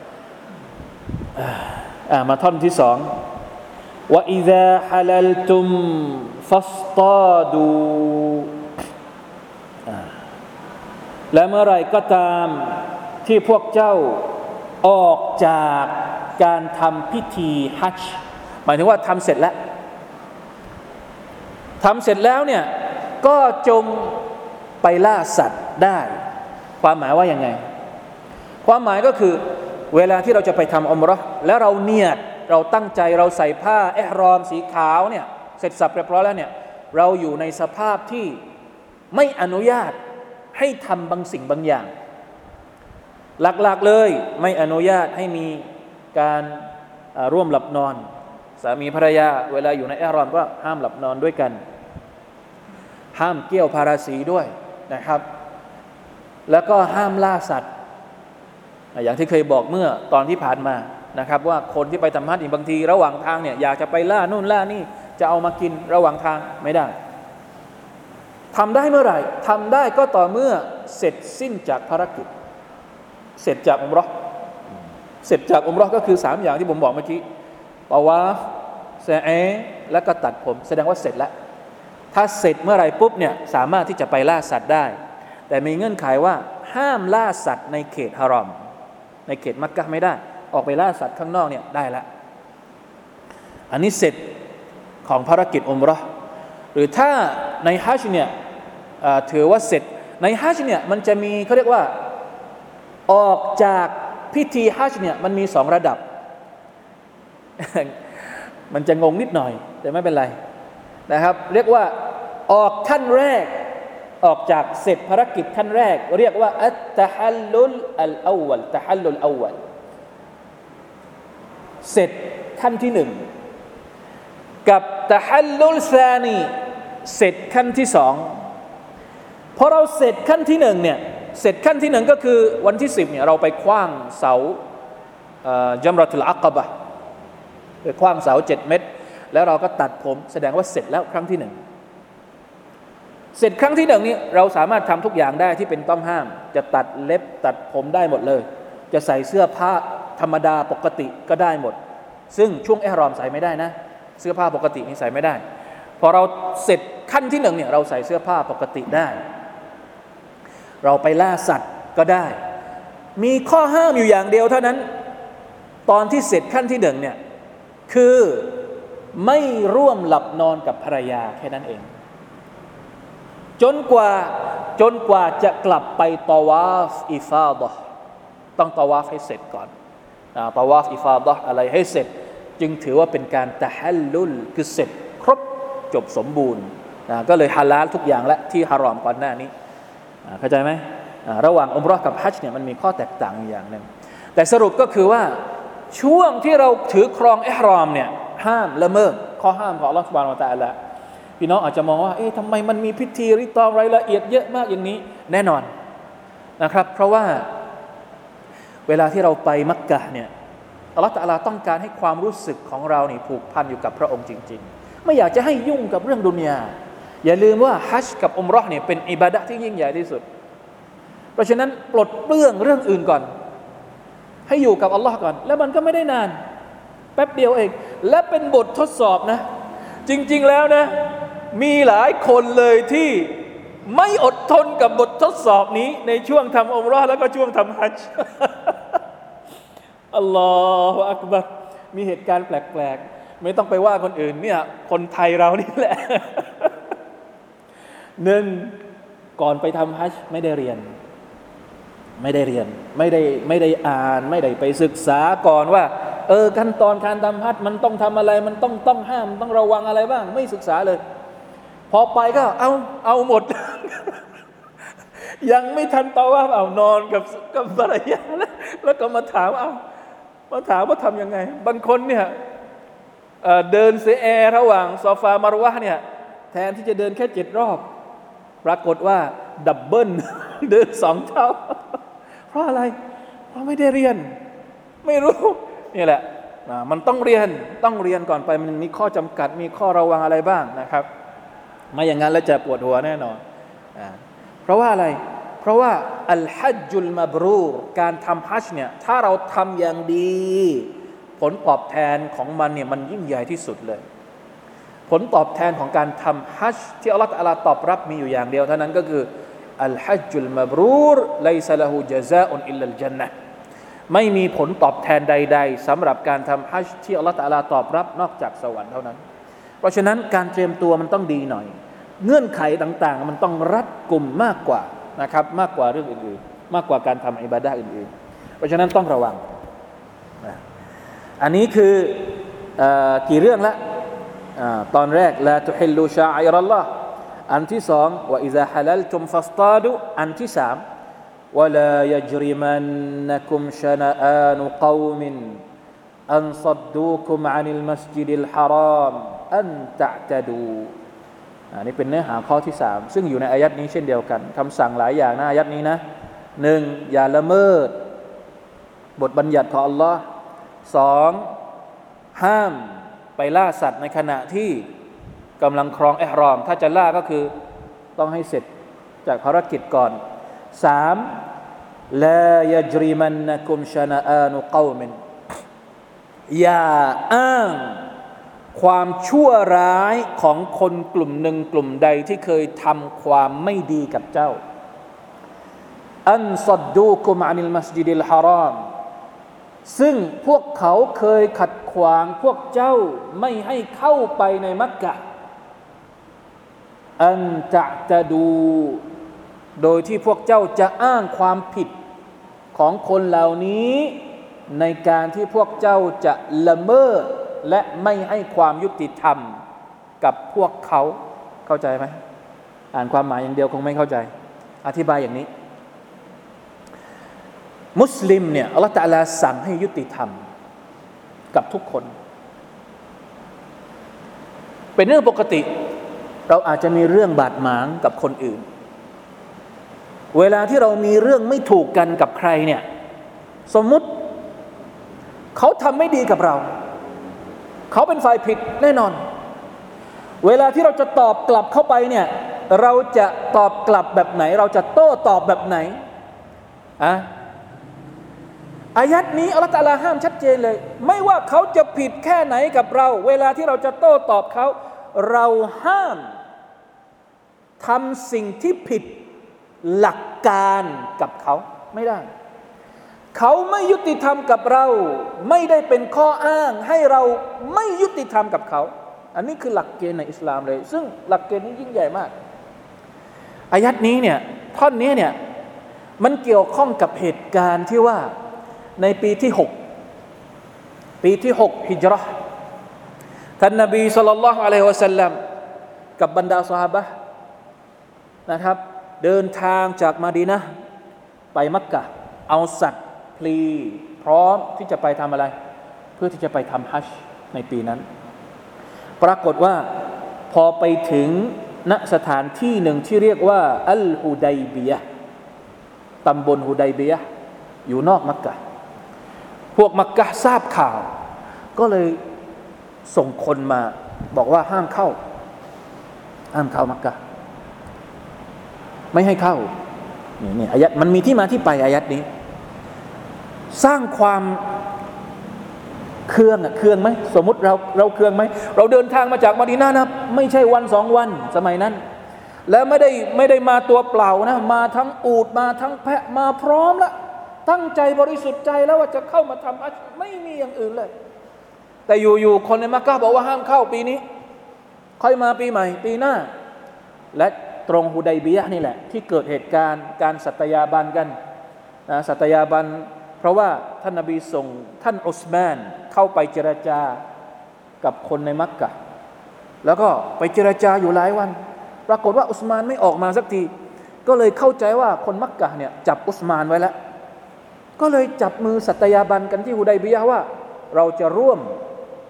A: อ่ามาท่อนที่สองวะอิซาฮะลัลตุมฟัสตาดูและเมื่อไรก็ตามที่พวกเจ้าออกจากการทำพิธีฮัจญ์หมายถึงว่าทำเสร็จแล้วทำเสร็จแล้วเนี่ยก็จงไปล่าสัตว์ได้ความหมายว่ายังไงความหมายก็คือเวลาที่เราจะไปทำอุมเราะห์แล้วเราเนียดเราตั้งใจเราใส่ผ้าอิหรอมสีขาวเนี่ยเสร็จสับเรียบร้อยแล้วเนี่ยเราอยู่ในสภาพที่ไม่อนุญาตให้ทำบางสิ่งบางอย่างหลักๆเลยไม่อนุญาตให้มีการร่วมหลับนอนสามีภรรยาเวลาอยู่ในอิหรอมก็ห้ามหลับนอนด้วยกันห้ามเกี่ยวพาราสีด้วยนะครับแล้วก็ห้ามล่าสัตว์อย่างที่เคยบอกเมื่อตอนที่ผ่านมานะครับว่าคนที่ไปทำฮัจญ์บางทีระหว่างทางเนี่ยอยากจะไปล่านู่นล่านี่จะเอามากินระหว่างทางไม่ได้ทำได้เมื่อไหร่ทำได้ก็ต่อเมื่อเสร็จสิ้นจากภารกิจเสร็จจากอุมเราะห์เสร็จจากอุมเราะห์ก็คือสามอย่างที่ผมบอกเมื่อกี้ตะวาฟซะอีแล้วก็ตัดผมแสดงว่าเสร็จแล้วถ้าเสร็จเมื่อไหร่ปุ๊บเนี่ยสามารถที่จะไปล่าสัตว์ได้แต่มีเงื่อนไขว่าห้ามล่าสัตว์ในเขตฮารอมในเขตมักกะฮ์ไม่ได้ออกไปล่าสัตว์ข้างนอกเนี่ยได้ละอันนี้เสร็จของภารกิจอุมเราะห์หรือถ้าในฮัจญ์เนี่ยถือว่าเสร็จในฮัจญ์เนี่ยมันจะมีเขาเรียกว่าออกจากพิธีฮัจญ์เนี่ยมันมีสองระดับ มันจะงงนิดหน่อยแต่ไม่เป็นไรนะครับเรียกว่าออกขั้นแรกออกจากเสร็จภารกิจขั้นแรกเรียกว่าอัตตะฮัลลุลอัลอวัลตะฮัลลุลอวัลเสร็จขั้นที่หนึ่งกับตะฮัลลุลซานีเสร็จขั้นที่สองพอเราเสร็จขั้นที่หนึ่งเนี่ยเสร็จขั้นที่หนึ่งก็คือวันที่สิบเนี่ยเราไปขว้างเสาจัมเราะตุลอักบะห์ไปขว้างเสาเจ็ดเม็ดแล้วเราก็ตัดผมแสดงว่าเสร็จแล้วครั้งที่หนึ่งเสร็จครั้งที่หนึ่งนี้เราสามารถทำทุกอย่างได้ที่เป็นต้องห้ามจะตัดเล็บตัดผมได้หมดเลยจะใส่เสื้อผ้าธรรมดาปกติก็ได้หมดซึ่งช่วงอิหรอมใส่ไม่ได้นะเสื้อผ้าปกตินี่ใส่ไม่ได้พอเราเสร็จขั้นที่หนึ่งเนี่ยเราใส่เสื้อผ้าปกติได้เราไปล่าสัตว์ก็ได้มีข้อห้ามอยู่อย่างเดียวเท่านั้นตอนที่เสร็จขั้นที่หนึ่งเนี่ยคือไม่ร่วมหลับนอนกับภรรยาแค่นั้นเองจนกว่าจนกว่าจะกลับไปตะวาฟอิฟาดะห์ต้องตะวาฟให้เสร็จก่อนตะวาฟอิฟาดะห์อะไรให้เสร็จจึงถือว่าเป็นการตะฮัลลุลคือเสร็จครบจบสมบูรณ์ก็เลยฮาลาลทุกอย่างและที่ฮารอมก่อนหน้านี้เข้าใจไหมระหว่างอุมเราะห์กับฮัจญ์เนี่ยมันมีข้อแตกต่างอย่างหนึ่งแต่สรุปก็คือว่าช่วงที่เราถือครองอิหรอมเนี่ยห้ามละเมิดข้อห้ามของอัลเลาะห์ซุบฮานะฮูวะตะอาลาพี่น้องอาจจะมองว่าเอ๊ะทำไมมันมีพิธีริตอรายละเอียดเยอะมากอย่างนี้แน่นอนนะครับเพราะว่าเวลาที่เราไปมักกะฮ์เนี่ยอัลเลาะห์ตะอาลาต้องการให้ความรู้สึกของเรานี่ผูกพันอยู่กับพระองค์จริงๆไม่อยากจะให้ยุ่งกับเรื่องดุนยาอย่าลืมว่าฮัจญ์กับอุมเราะห์เนี่ยเป็นอิบาดะห์ที่ยิ่งใหญ่ที่สุดเพราะฉะนั้นปลดเปลื้องเรื่องอื่นก่อนให้อยู่กับอัลลอฮ์ก่อนแล้วมันก็ไม่ได้นานแป๊บเดียวเองและเป็นบททดสอบนะจริงๆแล้วนะมีหลายคนเลยที่ไม่อดทนกับบททดสอบนี้ในช่วงทำอุมเราะห์แล้วก็ช่วงทำฮัจญ์อัลลอฮฺอักบัรมีเหตุการณ์แปลกๆไม่ต้องไปว่าคนอื่นเนี่ยคนไทยเรานี่แหละหนึ่งก่อนไปทำฮัจญ์ไม่ได้เรียนไม่ได้เรียนไม่ได้ไม่ได้อ่านไม่ได้ไปศึกษาก่อนว่าเออขั้นตอนการทำฮัจญ์มันต้องทำอะไรมันต้องต้องห้ามต้องระวังอะไรบ้างไม่ศึกษาเลยพอไปก็เอาเอาหมด ยังไม่ทันตอวาฟเอานอนกับกับภรรยาแล้วแล้วก็มาถามเอามาถามว่าทำยังไงบางคนเนี่ยเอ่อเดินเซแอร์ระหว่างซอฟามารวะห์เนี่ยแทนที่จะเดินแค่เจ็ดรอบปรากฏว่าดับเบิล เดินสองเท่าเพราะอะไรเพราะไม่ได้เรียนไม่รู้นี่แหละมันต้องเรียนต้องเรียนก่อนไปมันมีข้อจำกัดมีข้อระวังอะไรบ้างนะครับไม่อย่างนั้นแล้วจะปวดหัวแน่นอนเพราะว่าอะไรเพราะว่าอัลฮัจจุลมับรูรการทำฮัจญ์เนี่ยถ้าเราทำอย่างดีผลตอบแทนของมันเนี่ยมันยิ่งใหญ่ที่สุดเลยผลตอบแทนของการทำฮัจญ์ที่อัลลอฮฺตะอาลาตอบรับมีอยู่อย่างเดียวเท่านั้นก็คืออัลฮัจจุลมับรูรไลซะละฮูญะซาอุนอิลลัลญันนะห์ไม่มีผลตอบแทนใดๆสำหรับการทำฮัจญ์ที่อัลลอฮฺตะอาลาตอบรับนอกจากสวรรค์เท่านั้นเพราะฉะนั้นการเตรียมตัวมันต้องดีหน่อยเงื่อนไขต่างๆมันต้องรัดกุมมากกว่านะครับมากกว่าเรื่องอื่นๆมากกว่าการทำอิบาดะห์อื่นๆเพราะฉะนั้นต้องระวังอันนี้คือกี่เรื่องละตอนแรกลาตุฮิลลูชาอิรัลลอฮ์อันที่สองวะอิซาฮะลัลตุมฟัสตาดุอันที่สามวะลายัจริมันนะกุมชะนะอานุกอมินอันซัดดูกุมอานิลมัสยิดิลฮารอมอันตะอ์ตะดูอันนี้เป็นเนื้อหาข้อที่สามซึ่งอยู่ในอายัดนี้เช่นเดียวกันคำสั่งหลายอย่างนะอายัดนี้นะหนึ่งอย่าละเมิดบทบัญญัติของอัลลอฮ์สองห้ามไปล่าสัตว์ในขณะที่กำลังครองอิหรอมถ้าจะล่าก็คือต้องให้เสร็จจากภารกิจก่อนสามลายัจริมันนะกุมชะนะอานุกอมินอย่าอ้างความชั่วร้ายของคนกลุ่มหนึ่งกลุ่มใดที่เคยทำความไม่ดีกับเจ้าอันซัดดูกุมอานิลมัสยิดิลฮารอมซึ่งพวกเขาเคยขัดขวางพวกเจ้าไม่ให้เข้าไปในมักกะอันตะตะดูโดยที่พวกเจ้าจะอ้างความผิดของคนเหล่านี้ในการที่พวกเจ้าจะละเมิดและไม่ให้ความยุติธรรมกับพวกเขาเข้าใจไหมอ่านความหมายอย่างเดียวคงไม่เข้าใจอธิบายอย่างนี้มุสลิมเนี่ยอัลเลาะห์ตะอาลาสั่งให้ยุติธรรมกับทุกคนเป็นเรื่องปกติเราอาจจะมีเรื่องบาดหมางกับคนอื่นเวลาที่เรามีเรื่องไม่ถูกกันกับใครเนี่ยสมมุติเขาทำไม่ดีกับเราเขาเป็นฝ่ายผิดแน่นอนเวลาที่เราจะตอบกลับเข้าไปเนี่ยเราจะตอบกลับแบบไหนเราจะโต้ตอบแบบไหนอะอายัดนี้อัลเลาะห์ตะอาลาห้ามชัดเจนเลยไม่ว่าเขาจะผิดแค่ไหนกับเราเวลาที่เราจะโต้ตอบเขาเราห้ามทำสิ่งที่ผิดหลักการกับเขาไม่ได้เขาไม่ยุติธรรมกับเราไม่ได้เป็นข้ออ้างให้เราไม่ยุติธรรมกับเขาอันนี้คือหลักเกณฑ์ในอิสลามเลยซึ่งหลักเกณฑ์นี้ยิ่งใหญ่มากอายัดนี้เนี่ยท่อนนี้เนี่ยมันเกี่ยวข้องกับเหตุการณ์ที่ว่าในปีที่หกปีที่หกฮิจเราะห์ท่านนบีศ็อลลัลลอฮุอะลัยฮิวะซัลลัมกับบรรดาซอฮาบะห์นะครับเดินทางจากมะดีนะห์ไปมักกะฮ์เอาสัตว์พลีพร้อมที่จะไปทำอะไรเพื่อที่จะไปทำฮัจญ์ในปีนั้นปรากฏว่าพอไปถึงณสถานที่หนึ่งที่เรียกว่าอัลฮุดัยบียะห์ตำบลฮุดัยบียะห์อยู่นอกมักกะฮ์พวกมักกะฮ์ทราบข่าวก็เลยส่งคนมาบอกว่าห้ามเข้าห้ามเข้ามักกะฮ์ไม่ให้เข้านี่นี่อายัดมันมีที่มาที่ไปอายัดนี้สร้างความเคืองอ่ะเคืองไหมสมมุติเราเราเคืองไหมเราเดินทางมาจากมะดีนะห์นะไม่ใช่วันสองวันสมัยนั้นแล้วไม่ได้ไม่ได้มาตัวเปล่านะมาทั้งอูฐมาทั้งแพะมาพร้อมแล้วตั้งใจบริสุทธิ์ใจแล้วว่าจะเข้ามาทำฮัจญ์ไม่มีอย่างอื่นเลยแต่อยู่ๆคนในมักกะฮ์บอกว่าห้ามเข้าปีนี้ค่อยมาปีใหม่ปีหน้าและตรงฮุดัยบียะห์นี่แหละที่เกิดเหตุการณ์การสัตยาบันกันนะสัตยาบันเพราะว่าท่านนบีส่งท่านอุสมานเข้าไปเจรจากับคนในมักกะฮ์แล้วก็ไปเจรจาอยู่หลายวันปรากฏว่าอุสมานไม่ออกมาสักทีก็เลยเข้าใจว่าคนมักกะฮ์เนี่ยจับอุสมานไว้แล้วก็เลยจับมือสัตยาบันกันที่ฮุดัยบียะห์ว่าเราจะร่วม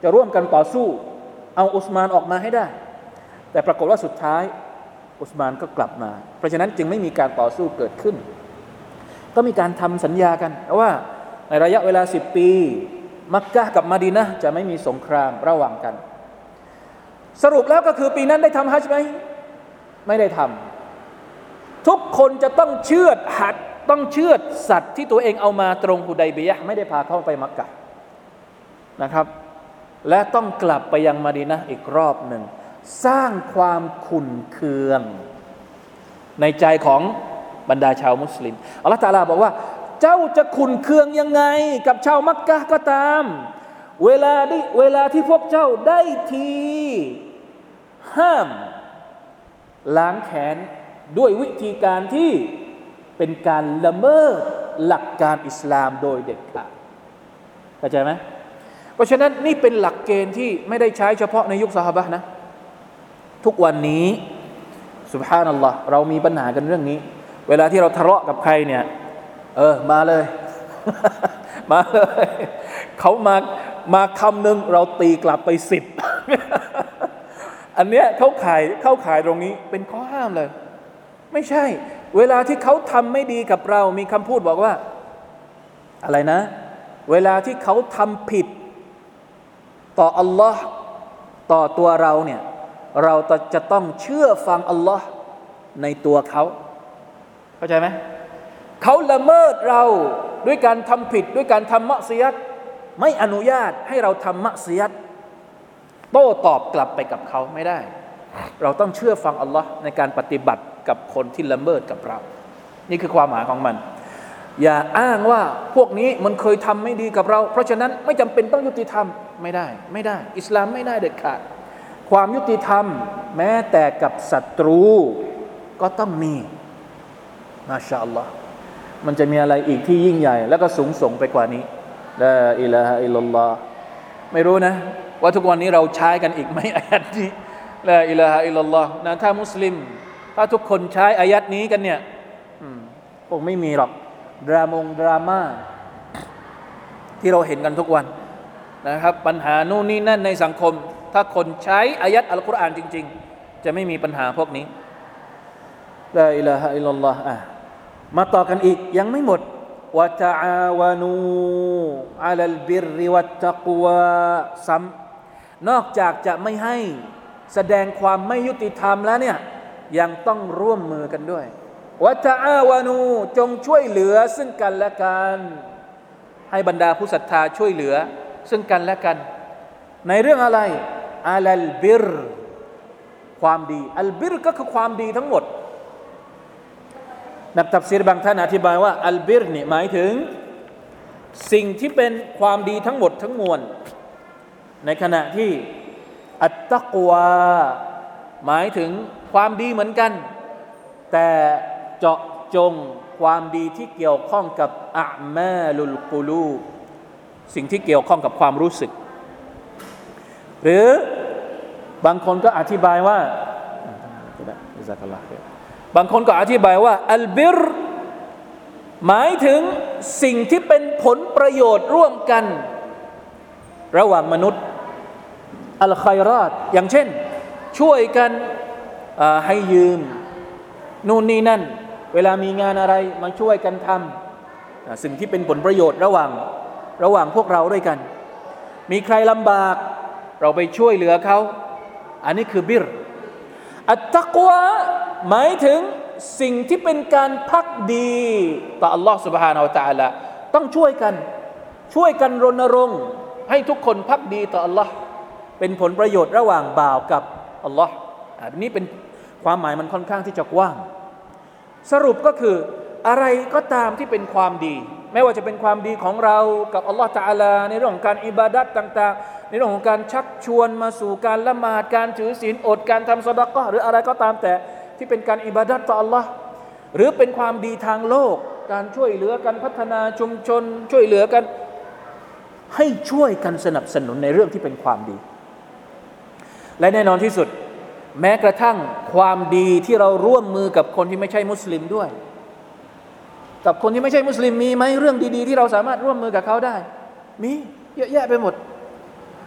A: จะร่วมกันต่อสู้เอาอุสมานออกมาให้ได้แต่ปรากฏว่าสุดท้ายอุสมานก็กลับมาเพราะฉะนั้นจึงไม่มีการต่อสู้เกิดขึ้นก็มีการทำสัญญากันว่าในระยะเวลาสิบปีมักกะฮ์กับมะดีนะห์จะไม่มีสงครามระหว่างกันสรุปแล้วก็คือปีนั้นได้ทำฮัจญ์ไหมไม่ได้ทำทุกคนจะต้องเชือดหัดต้องเชือดสัตว์ที่ตัวเองเอามาตรงฮุดัยบียะห์ไม่ได้พาเข้าไปมักกะฮ์นะครับและต้องกลับไปยังมะดีนะห์อีกรอบหนึ่งสร้างความขุ่นเคืองในใจของบรรดาชาวมุสลิมอัลเลาะห์ตะอาลาบอกว่าเจ้าจะขุ่นเคืองยังไงกับชาวมักกะฮ์ก็ตามเวลาที่เวลาที่พวกเจ้าได้ทีห้ามล้างแค้นด้วยวิธีการที่เป็นการละเมิดหลักการอิสลามโดยเด็ดขาดเข้าใจไหมเพราะฉะนั้นนี่เป็นหลักเกณฑ์ที่ไม่ได้ใช้เฉพาะในยุคซอฮาบะห์นะทุกวันนี้ซุบฮานัลลอฮ์เรามีปัญหากันเรื่องนี้เวลาที่เราทะเลาะกับใครเนี่ยเออมาเลย มาเลยเขามามาคำหนึ่งเราตีกลับไปสิบ อันเนี้ยเขาขายเข้าขายตรงนี้เป็นข้อห้ามเลยไม่ใช่เวลาที่เขาทำไม่ดีกับเรามีคำพูดบอกว่าอะไรนะเวลาที่เขาทำผิดต่ออัลลอฮ์ต่อตัวเราเนี่ยเราจะต้องเชื่อฟังอัลลอฮ์ในตัวเขาเข้าใจไหมเขาละเมิดเราด้วยการทำผิดด้วยการทำมะซียะห์ไม่อนุญาตให้เราทำมะซียะห์โต้ตอบกลับไปกับเขาไม่ได้เราต้องเชื่อฟังอัลลอฮ์ในการปฏิบัติกับคนที่ละเมิดกับเรานี่คือความหมายของมันอย่าอ้างว่าพวกนี้มันเคยทำไม่ดีกับเราเพราะฉะนั้นไม่จำเป็นต้องยุติธรรมไม่ได้ไม่ได้อิสลามไม่ได้เด็ดขาดความยุติธรรมแม้แต่กับศัตรูก็ต้องมีมาชาอัลลอฮ์มันจะมีอะไรอีกที่ยิ่งใหญ่แล้วก็สูงส่งไปกว่านี้ลาอิลาฮะอิลลัลลอฮ์ไม่รู้นะว่าทุกวันนี้เราใช้กันอีกไหมอายัดนี้ลาอิลาฮะอิลลัลลอฮ์นะถ้ามุสลิมถ้าทุกคนใช้อายัดนี้กันเนี่ยคงไม่มีหรอกดรามงดราม่าที่เราเห็นกันทุกวันนะครับปัญหาโน่นนี่นั่นในสังคมถ้าคนใช้อายัดอัลกุรอานจริงๆจะไม่มีปัญหาพวกนี้ลาอิลาฮะอิลลัลลอฮ์อ่ะมาต่อกันอีกยังไม่หมดวะตะอาวานูอะลัลบิรริวัตตักวาซ้ำนอกจากจะไม่ให้แสดงความไม่ยุติธรรมแล้วเนี่ยยังต้องร่วมมือกันด้วยวะตะอาวานูจงช่วยเหลือซึ่งกันและกันให้บรรดาผู้ศรัทธาช่วยเหลือซึ่งกันและกันในเรื่องอะไรอะลัลบิรความดีอัลบิรก็คือความดีทั้งหมดนักตัฟซีรบางท่านอธิบายว่าอัลบิรนี่หมายถึงสิ่งที่เป็นความดีทั้งหมดทั้งมวลในขณะที่อัตตักวาหมายถึงความดีเหมือนกันแต่เจาะจงความดีที่เกี่ยวข้องกับอะมาลุลกุลูบสิ่งที่เกี่ยวข้องกับความรู้สึกหรือบางคนก็อธิบายว่าบางคนก็อธิบายว่าอัลบิรหมายถึงสิ่งที่เป็นผลประโยชน์ร่วมกันระหว่างมนุษย์อัลค็อยรอตอย่างเช่นช่วยกันให้ยืมนู่นนี่นั่นเวลามีงานอะไรมาช่วยกันทำสิ่งที่เป็นผลประโยชน์ระหว่างระหว่างพวกเราด้วยกันมีใครลำบากเราไปช่วยเหลือเขาอันนี้คือบิรอัตตักวาหมายถึงสิ่งที่เป็นการภักดีต่ออัลลอฮฺ سبحانه และ تعالى ต้องช่วยกันช่วยกันรณรงค์ให้ทุกคนภักดีต่ออัลลอฮฺเป็นผลประโยชน์ระหว่างบ่าวกับอัลลอฮฺอันนี้เป็นความหมายมันค่อนข้างที่จะกว้างสรุปก็คืออะไรก็ตามที่เป็นความดีไม่ว่าจะเป็นความดีของเรากับอัลลอฮฺ تعالى ในเรื่องของการอิบาดัตต่างๆในเรื่องของการชักชวนมาสู่การละหมาดการถือศีลอดการทำซอดาเกาะห์หรืออะไรก็ตามแต่ที่เป็นการอิบาดัตต่ออัลลอฮ์หรือเป็นความดีทางโลกการช่วยเหลือกันพัฒนาชุมชนช่วยเหลือกันให้ช่วยกันสนับสนุนในเรื่องที่เป็นความดีและแน่นอนที่สุดแม้กระทั่งความดีที่เราร่วมมือกับคนที่ไม่ใช่มุสลิมด้วยกับคนที่ไม่ใช่มุสลิมมีไหมเรื่องดีๆที่เราสามารถร่วมมือกับเขาได้มีเยอะแยะไปหมด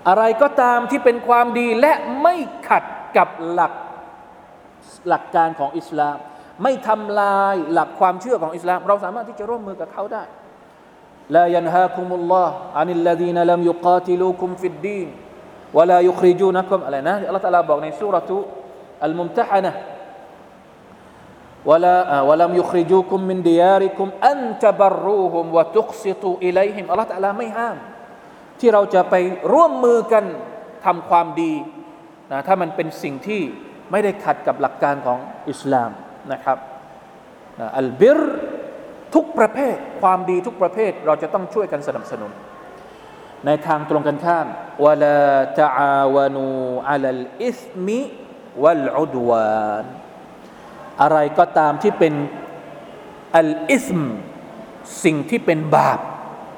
A: อะไรก็ตามที่เป็นความดีและไม่ขัดกับหลักหลักการของอิสลามไม่ทำลายหลักความเชื่อของอิสลามเราสามารถที่จะร่วมมือกับเขาได้ลายันฮาคุมุลลอฮ์อานิลลซีนลัมยุกาติลูคุมฟิดดีนวะลายุคริจูนะกุมอะไรนะอัลเลาะห์ตะอาลาบอกในซูเราะตุอัลมุมตะฮะนะห์วะลาวะลัมยุคริจูกุมมินดิยาริกุมอันตะบัรรูฮุมวะตุกซิตูอิลัยฮิมอัลเลาะห์ตะอาลาไม่ห้ามที่เราจะไปร่วมมือกันทำความดีนะถ้ามันเป็นสิ่งที่ไม่ได้ขัดกับหลักการของอิสลามนะครับนะอัลบิรทุกประเภทความดีทุกประเภทเราจะต้องช่วยกันสนับสนุนในทางตรงกันข้ามวะลาตะอาวานูอะลัลอิสมิวัลอุดวานอะไรก็ตามที่เป็นอัลอิสมสิ่งที่เป็นบาป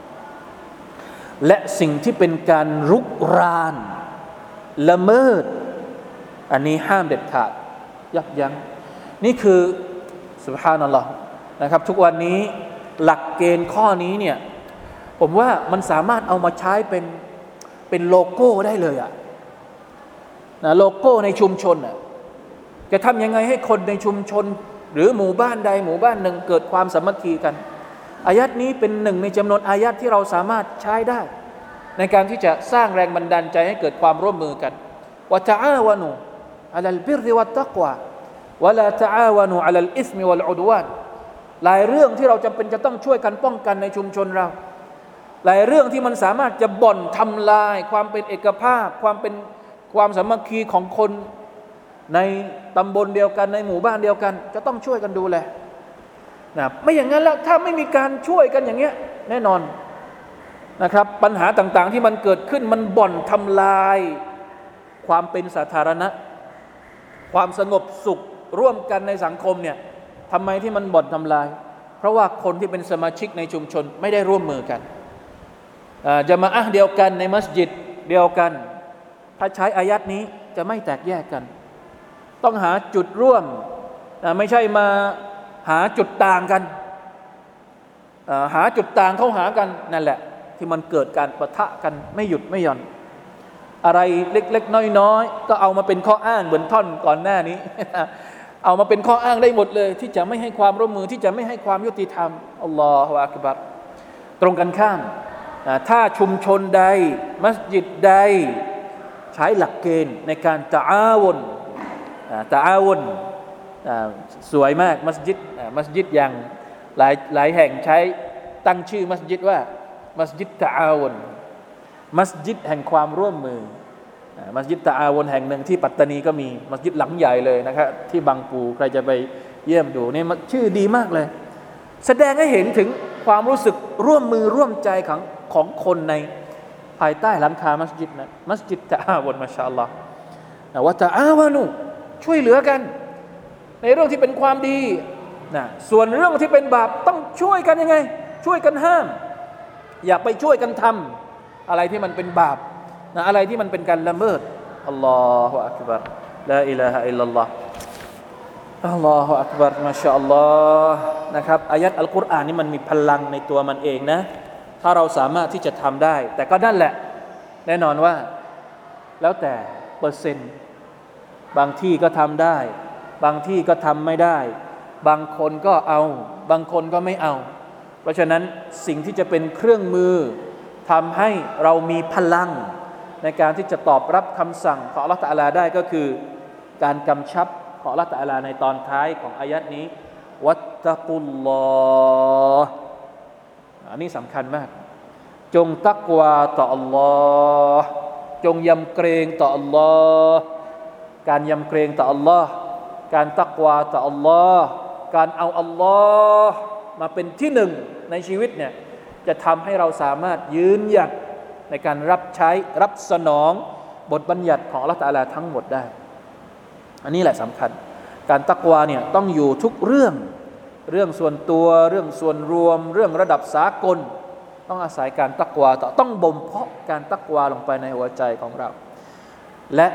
A: และสิ่งที่เป็นการรุกรานละเมิดอันนี้ห้ามเด็ดขาดยับยั้งนี่คือซุบฮานัลลอฮ์นะครับทุกวันนี้หลักเกณฑ์ข้อนี้เนี่ยผมว่ามันสามารถเอามาใช้เป็นเป็นโลโก้ได้เลยอะนะโลโก้ในชุมชนอะจะทำยังไงให้คนในชุมชนหรือหมู่บ้านใดหมู่บ้านหนึ่งเกิดความสามัคคีกันอายัดนี้เป็นหนึ่งในจำนวนอายัดที่เราสามารถใช้ได้ในการที่จะสร้างแรงบันดาลใจให้เกิดความร่วมมือกันวะตะอาวานูอะลัลบิรริวัตตักวาวะลาตะอาวานูอะลัลอิสมิวัลอุดวานหลายเรื่องที่เราจำเป็นจะต้องช่วยกันป้องกันในชุมชนเราหลายเรื่องที่มันสามารถจะบ่อนทำลายความเป็นเอกภาพความเป็นความสามัคคีของคนในตำบลเดียวกันในหมู่บ้านเดียวกันจะต้องช่วยกันดูแลนะไม่อย่างนั้นแล้วถ้าไม่มีการช่วยกันอย่างเงี้ยแน่นอนนะครับปัญหาต่างๆที่มันเกิดขึ้นมันบ่อนทำลายความเป็นสาธารณะความสงบสุขร่วมกันในสังคมเนี่ยทำไมที่มันบ่อนทำลายเพราะว่าคนที่เป็นสมาชิกในชุมชนไม่ได้ร่วมมือกันจะมาอะห์เดียวกันในมัสยิดเดียวกันถ้าใช้อายัดนี้จะไม่แตกแยกกันต้องหาจุดร่วมไม่ใช่มาหาจุดต่างกันหาจุดต่างเข้าหากันนั่นแหละที่มันเกิดการปะทะกันไม่หยุดไม่หย่อนอะไรเล็กๆน้อยๆก็เอามาเป็นข้ออ้างเหมือนท่อนก่อนหน้านี้ เอามาเป็นข้ออ้างได้หมดเลยที่จะไม่ให้ความร่วมมือที่จะไม่ให้ความยุติธรรมอัลลอฮฺอักบัรตรงกันข้ามถ้าชุมชนใดมัสยิดใดใช้หลักเกณฑ์ในการตะอาวนตะอาวนสวยมากมัสยิดมัสยิดอย่างหลายหลายแห่งใช้ตั้งชื่อมัสยิดว่ามัสยิดตะอาวนมัสยิดแห่งความร่วมมือมัสยิดตะอาวนแห่งหนึ่งที่ปัตตานีก็มีมัสยิดหลังใหญ่เลยนะครับที่บางปูใครจะไปเยี่ยมดูเนี่ยชื่อดีมากเลยแสดงให้เห็นถึงความรู้สึกร่วมมือร่วมใจของของคนในภายใต้หลังคามัสยิดนะมัสยิดตะอาวนมาชาอัลลอฮ์นะว่าตะอาวานุช่วยเหลือกันในเรื่องที่เป็นความดีนะส่วนเรื่องที่เป็นบาปต้องช่วยกันยังไงช่วยกันห้ามอย่าไปช่วยกันทำอะไรที่มันเป็นบาปนะอะไรที่มันเป็นการละเมิดอัลลอฮฺอักบัรลาอิลาฮะอิลลัลลอฮฺอัลลอฮฺอักบัรมาชาอัลลอฮ์นะครับอายัดอัลกุรอานนี่มันมีพลังในตัวมันเองนะถ้าเราสามารถที่จะทำได้แต่ก็นั่นแหละแน่นอนว่าแล้วแต่เปอร์เซ็นต์บางที่ก็ทำได้บางที่ก็ทำไม่ได้บางคนก็เอาบางคนก็ไม่เอาเพราะฉะนั้นสิ่งที่จะเป็นเครื่องมือทำให้เรามีพลังในการที่จะตอบรับคำสั่งของอัลเลาะห์ตะอาลาได้ก็คือการกำชับของอัลเลาะห์ตะอาลาในตอนท้ายของอายัดนี้วัตตะกุลลอฮ์อันนี้สำคัญมากจงตักวาต่ออัลลอฮ์จงยำเกรงต่ออัลลอฮ์การยำเกรงต่ออัลลอฮ์การตักวาต่ออัลลอฮ์การเอาอัลลอฮ์มาเป็นที่หนึ่งในชีวิตเนี่ยจะทำให้เราสามารถยืนหยัดในการรับใช้รับสนองบทบัญญัติของอัลเลาะห์ตะอาลาทั้งหมดได้อันนี้แหละสำคัญการตักวาเนี่ยต้องอยู่ทุกเรื่องเรื่องส่วนตัวเรื่องส่วนรวมเรื่องระดับสากลต้องอาศัยการตักวาต้องบ่มเพาะการตักวาลงไปในหัวใจของเราและ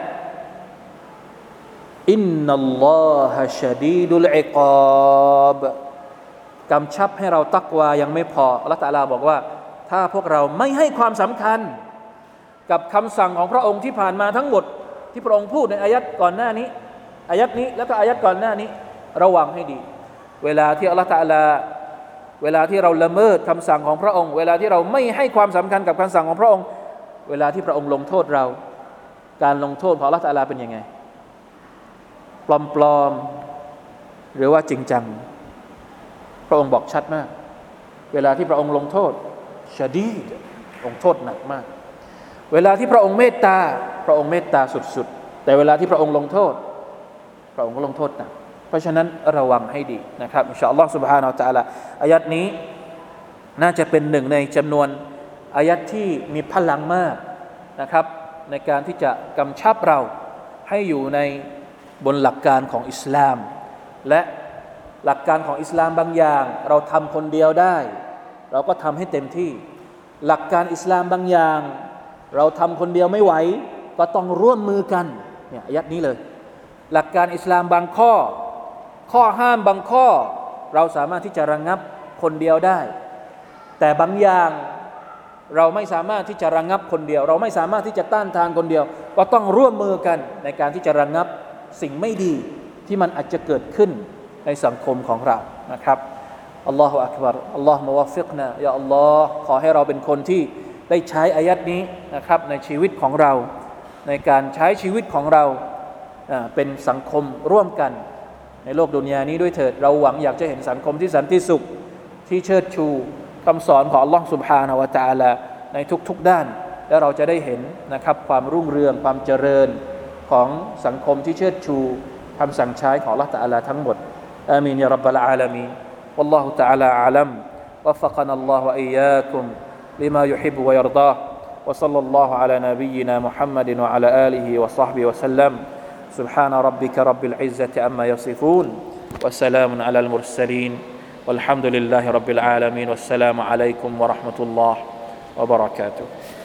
A: อินนัลลอฮะชะดีดุลอิกอบ กำชับให้เราตักวายังไม่พออัลเลาะห์ตะอาลาบอกว่าถ้าพวกเราไม่ให้ความสำคัญกับคำสั่งของพระองค์ที่ผ่านมาทั้งหมดที่พระองค์พูดในอายัดก่อนหน้านี้อายัดนี้แล้วก็อายัดก่อนหน้านี้ระวังให้ดีเวลาที่อัลลอฮฺตะอาลาเวลาที่เราละเมิดคำสั่งของพระองค์เวลาที่เราไม่ให้ความสำคัญกับคำสั่งของพระองค์เวลาที่พระองค์ลงโทษเราการลงโทษของอัลลอฮฺตะอาลาเป็นยังไงปลอมๆหรือว่าจริงจังพระองค์บอกชัดมากเวลาที่พระองค์ลงโทษชะดีดลงโทษหนักมากเวลาที่พระองค์เมตตาพระองค์เมตตาสุดๆแต่เวลาที่พระองค์ลงโทษพระองค์ก็ลงโทษหนักเพราะฉะนั้นระวังให้ดีนะครับอินชาอัลลอฮฺ سبحانه และ تعالى อายัดนี้น่าจะเป็นหนึ่งในจำนวนอายัดที่มีพลังมากนะครับในการที่จะกำชับเราให้อยู่ในบนหลักการของอิสลามและหลักการของอิสลามบางอย่างเราทำคนเดียวได้เราก็ทำให้เต็มที่หลักการอิสลามบางอย่างเราทำคนเดียวไม่ไหวก็ต้องร่วมมือกันเนี่ยอายัดนี้เลยหลักการอิสลามบางข้อข้อห้ามบางข้อเราสามารถที่จะระงับคนเดียวได้แต่บางอย่างเราไม่สามารถที่จะระงับคนเดียวเราไม่สามารถที่จะต้านทานคนเดียวก็ต้องร่วมมือกันในการที่จะระงับสิ่งไม่ดีที่มันอาจจะเกิดขึ้นในสังคมของเรานะครับอัลลอฮฺอักบัรอัลลอฮฺมุวัฟฟิกนะยาอัลลอฮฺขอให้เราเป็นคนที่ได้ใช้อายัดนี้นะครับในชีวิตของเราในการใช้ชีวิตของเราเป็นสังคมร่วมกันในโลกดุนยานี้ด้วยเถิดเราหวังอยากจะเห็นสังคมที่สันติสุขที่เชิดชูคำสอนของอัลลอฮฺ سبحانه และ تعالى ในทุกๆด้านและเราจะได้เห็นนะครับความรุ่งเรืองความเจริญของสังคมที่เชิดชูคำสั่งใช้ของอัลลอฮฺ تعالى ทั้งหมดอามีนยารับบะลอาลามีน والله تعالى أعلم وفقنا الله وإياكم لما يحب ويرضاه وصلى الله على نبينا محمد وعلى آله وصحبه وسلم سبحان ربك رب العزة عما يصفون وسلام على المرسلين والحمد لله رب العالمين والسلام عليكم ورحمة الله وبركاته